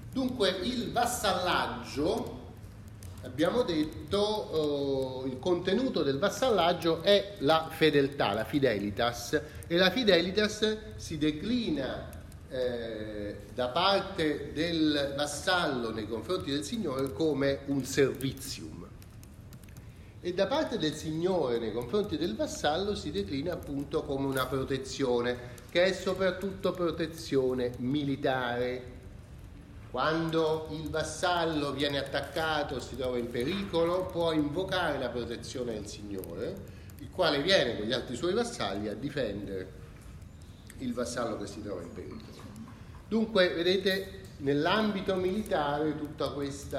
Dunque il vassallaggio, abbiamo detto, il contenuto del vassallaggio è la fedeltà, la fidelitas, e la fidelitas si declina da parte del vassallo nei confronti del Signore come un servizium, e da parte del Signore nei confronti del vassallo si declina appunto come una protezione, che è soprattutto protezione militare. Quando il vassallo viene attaccato o si trova in pericolo, può invocare la protezione del Signore, il quale viene con gli altri suoi vassalli a difendere il vassallo che si trova in pericolo. Dunque, vedete, nell'ambito militare tutto questo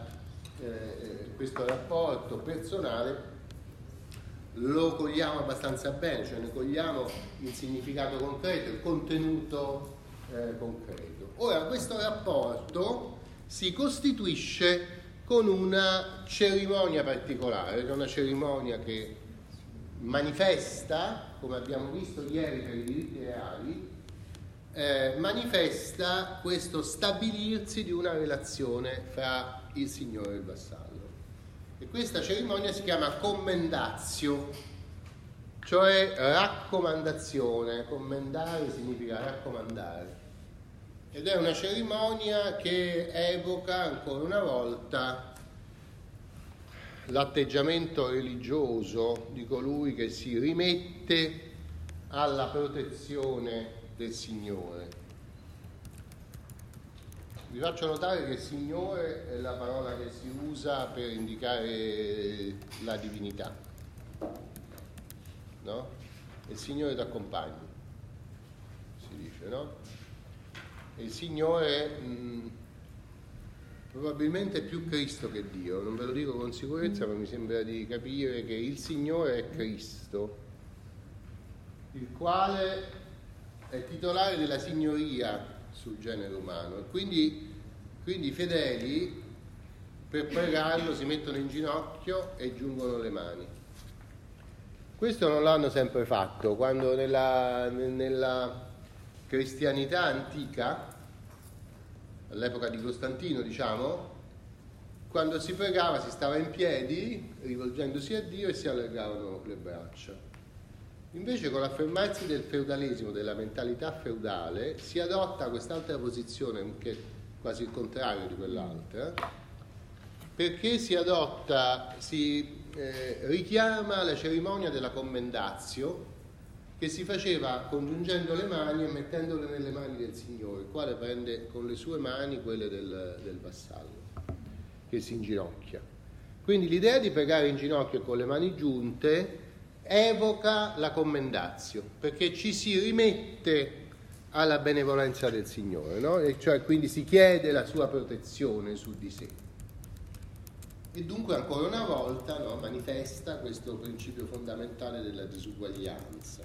rapporto personale lo cogliamo abbastanza bene, cioè ne cogliamo il significato concreto, il contenuto concreto. Ora, questo rapporto si costituisce con una cerimonia particolare, che è una cerimonia che manifesta, come abbiamo visto ieri per i diritti reali, manifesta questo stabilirsi di una relazione fra il Signore e il vassallo. E questa cerimonia si chiama commendatio, cioè raccomandazione. Commendare significa raccomandare. Ed è una cerimonia che evoca ancora una volta l'atteggiamento religioso di colui che si rimette alla protezione del Signore. Vi faccio notare che Signore è la parola che si usa per indicare la divinità, no? Il Signore t'accompagni, si dice, no? E il Signore probabilmente è più Cristo che Dio, non ve lo dico con sicurezza, ma mi sembra di capire che il Signore è Cristo, il quale è titolare della signoria sul genere umano, e quindi i fedeli per pregarlo si mettono in ginocchio e giungono le mani. Questo non l'hanno sempre fatto. Quando nella cristianità antica, all'epoca di Costantino, diciamo, quando si pregava si stava in piedi rivolgendosi a Dio e si allargavano le braccia. Invece, con l'affermarsi del feudalesimo, della mentalità feudale, si adotta quest'altra posizione, che è quasi il contrario di quell'altra, perché si richiama la cerimonia della commendatio, che si faceva congiungendo le mani e mettendole nelle mani del Signore, il quale prende con le sue mani quelle del vassallo, che si inginocchia. Quindi l'idea di pregare in ginocchio e con le mani giunte evoca la commendatio, perché ci si rimette alla benevolenza del Signore, no? E cioè quindi si chiede la sua protezione su di sé. E dunque ancora una volta, no, manifesta questo principio fondamentale della disuguaglianza.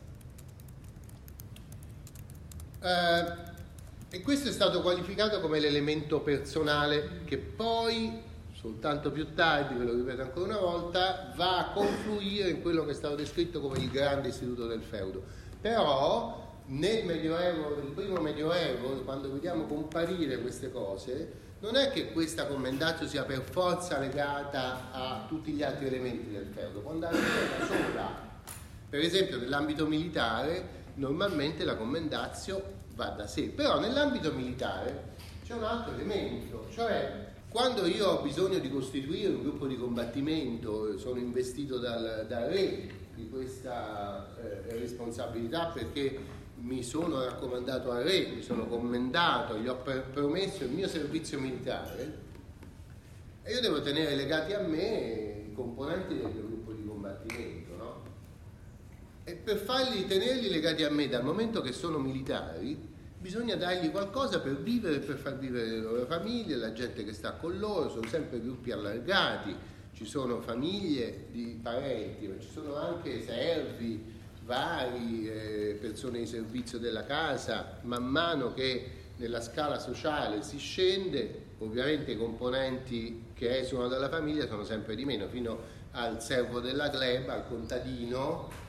E questo è stato qualificato come l'elemento personale che poi, soltanto più tardi, ve lo ripeto ancora una volta, va a confluire in quello che è stato descritto come il grande istituto del feudo. Però nel Medioevo, nel primo Medioevo, quando vediamo comparire queste cose, non è che questa commendatio sia per forza legata a tutti gli altri elementi del feudo, può andare da sola. Per esempio nell'ambito militare normalmente la commendatio va da sé, però nell'ambito militare c'è un altro elemento, cioè quando io ho bisogno di costituire un gruppo di combattimento, sono investito dal re di questa responsabilità perché mi sono raccomandato al re, mi sono commendato, gli ho promesso il mio servizio militare, e io devo tenere legati a me i componenti del mio gruppo di combattimento, no? E per tenerli legati a me dal momento che sono militari, bisogna dargli qualcosa per vivere e per far vivere le loro famiglie, la gente che sta con loro. Sono sempre gruppi allargati, ci sono famiglie di parenti, ma ci sono anche servi vari, persone di servizio della casa. Man mano che nella scala sociale si scende, ovviamente i componenti che esulano dalla famiglia sono sempre di meno, fino al servo della gleba, al contadino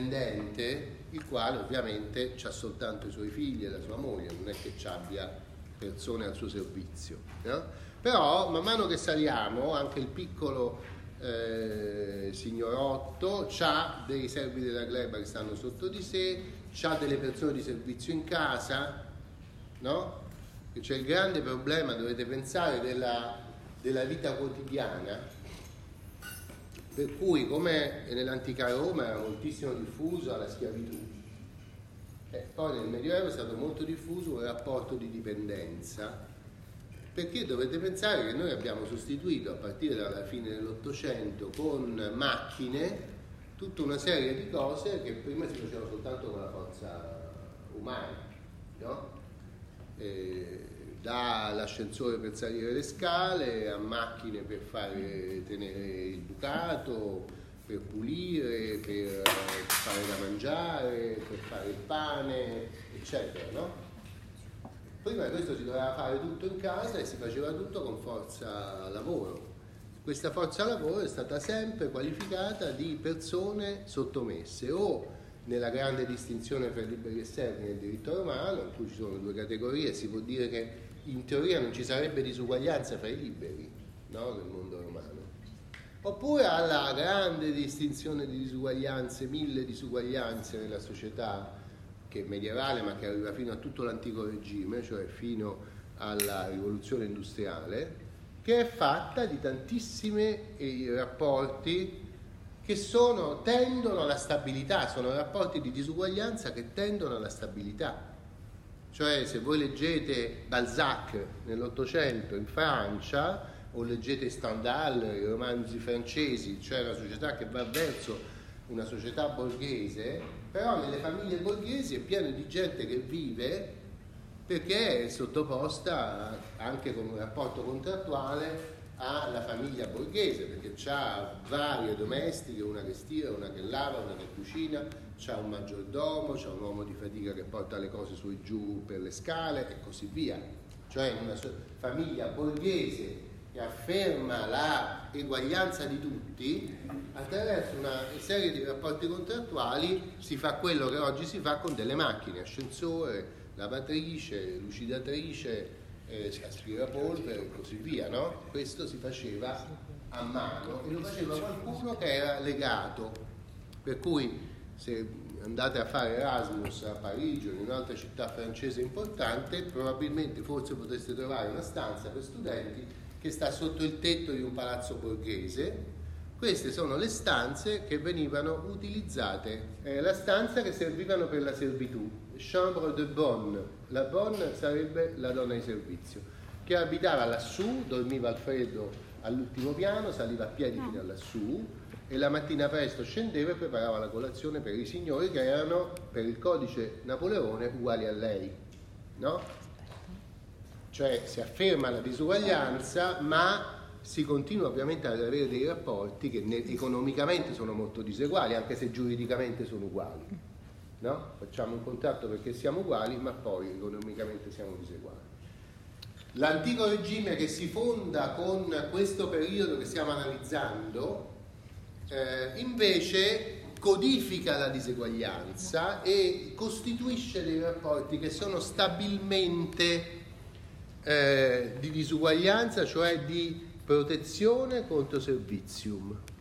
dipendente, il quale ovviamente ha soltanto i suoi figli e la sua moglie, non è che ci abbia persone al suo servizio, no? Però man mano che saliamo anche il piccolo signorotto ha dei servi della gleba che stanno sotto di sé, ha delle persone di servizio in casa, no? Che c'è il grande problema, dovete pensare, della vita quotidiana, per cui come nell'antica Roma era moltissimo diffusa la schiavitù, poi nel Medioevo è stato molto diffuso un rapporto di dipendenza, perché dovete pensare che noi abbiamo sostituito a partire dalla fine dell'Ottocento con macchine tutta una serie di cose che prima si facevano soltanto con la forza umana, no? Dall'ascensore per salire le scale a macchine per tenere il bucato, per pulire, per fare da mangiare, per fare il pane, eccetera, no? Prima questo si doveva fare tutto in casa e si faceva tutto con forza lavoro. Questa forza lavoro è stata sempre qualificata di persone sottomesse, o nella grande distinzione tra liberi e servi nel diritto romano, in cui ci sono due categorie, si può dire che in teoria non ci sarebbe disuguaglianza fra i liberi, no? Nel mondo romano. Oppure alla grande distinzione di disuguaglianze, 1000 disuguaglianze nella società, che è medievale ma che arriva fino a tutto l'antico regime, cioè fino alla rivoluzione industriale, che è fatta di tantissimi rapporti che tendono alla stabilità, sono rapporti di disuguaglianza che tendono alla stabilità. Cioè, se voi leggete Balzac nell'Ottocento in Francia, o leggete Stendhal, i romanzi francesi, cioè una società che va verso una società borghese, però nelle famiglie borghesi è pieno di gente che vive perché è sottoposta anche con un rapporto contrattuale alla famiglia borghese, perché c'ha varie domestiche, una che stira, una che lava, una che cucina, c'ha un maggiordomo, c'ha un uomo di fatica che porta le cose su e giù per le scale e così via. Cioè in una famiglia borghese che afferma la eguaglianza di tutti, attraverso una serie di rapporti contrattuali si fa quello che oggi si fa con delle macchine, ascensore, lavatrice, lucidatrice, aspirapolvere e così via, no? Questo si faceva a mano e lo faceva qualcuno che era legato, per cui se andate a fare Erasmus a Parigi o in un'altra città francese importante, probabilmente forse potreste trovare una stanza per studenti che sta sotto il tetto di un palazzo borghese. Queste sono le stanze che venivano utilizzate, la stanza che servivano per la servitù, chambre de bonne. La bonne sarebbe la donna di servizio, che abitava lassù, dormiva al freddo all'ultimo piano, saliva a piedi fino a lassù e la mattina presto scendeva e preparava la colazione per i signori che erano, per il codice Napoleone, uguali a lei, no? Cioè si afferma la disuguaglianza, ma si continua ovviamente ad avere dei rapporti che economicamente sono molto diseguali, anche se giuridicamente sono uguali, no? Facciamo un contratto perché siamo uguali, ma poi economicamente siamo diseguali. L'antico regime, che si fonda con questo periodo che stiamo analizzando, invece codifica la diseguaglianza e costituisce dei rapporti che sono stabilmente di disuguaglianza, cioè di protezione contro servizium,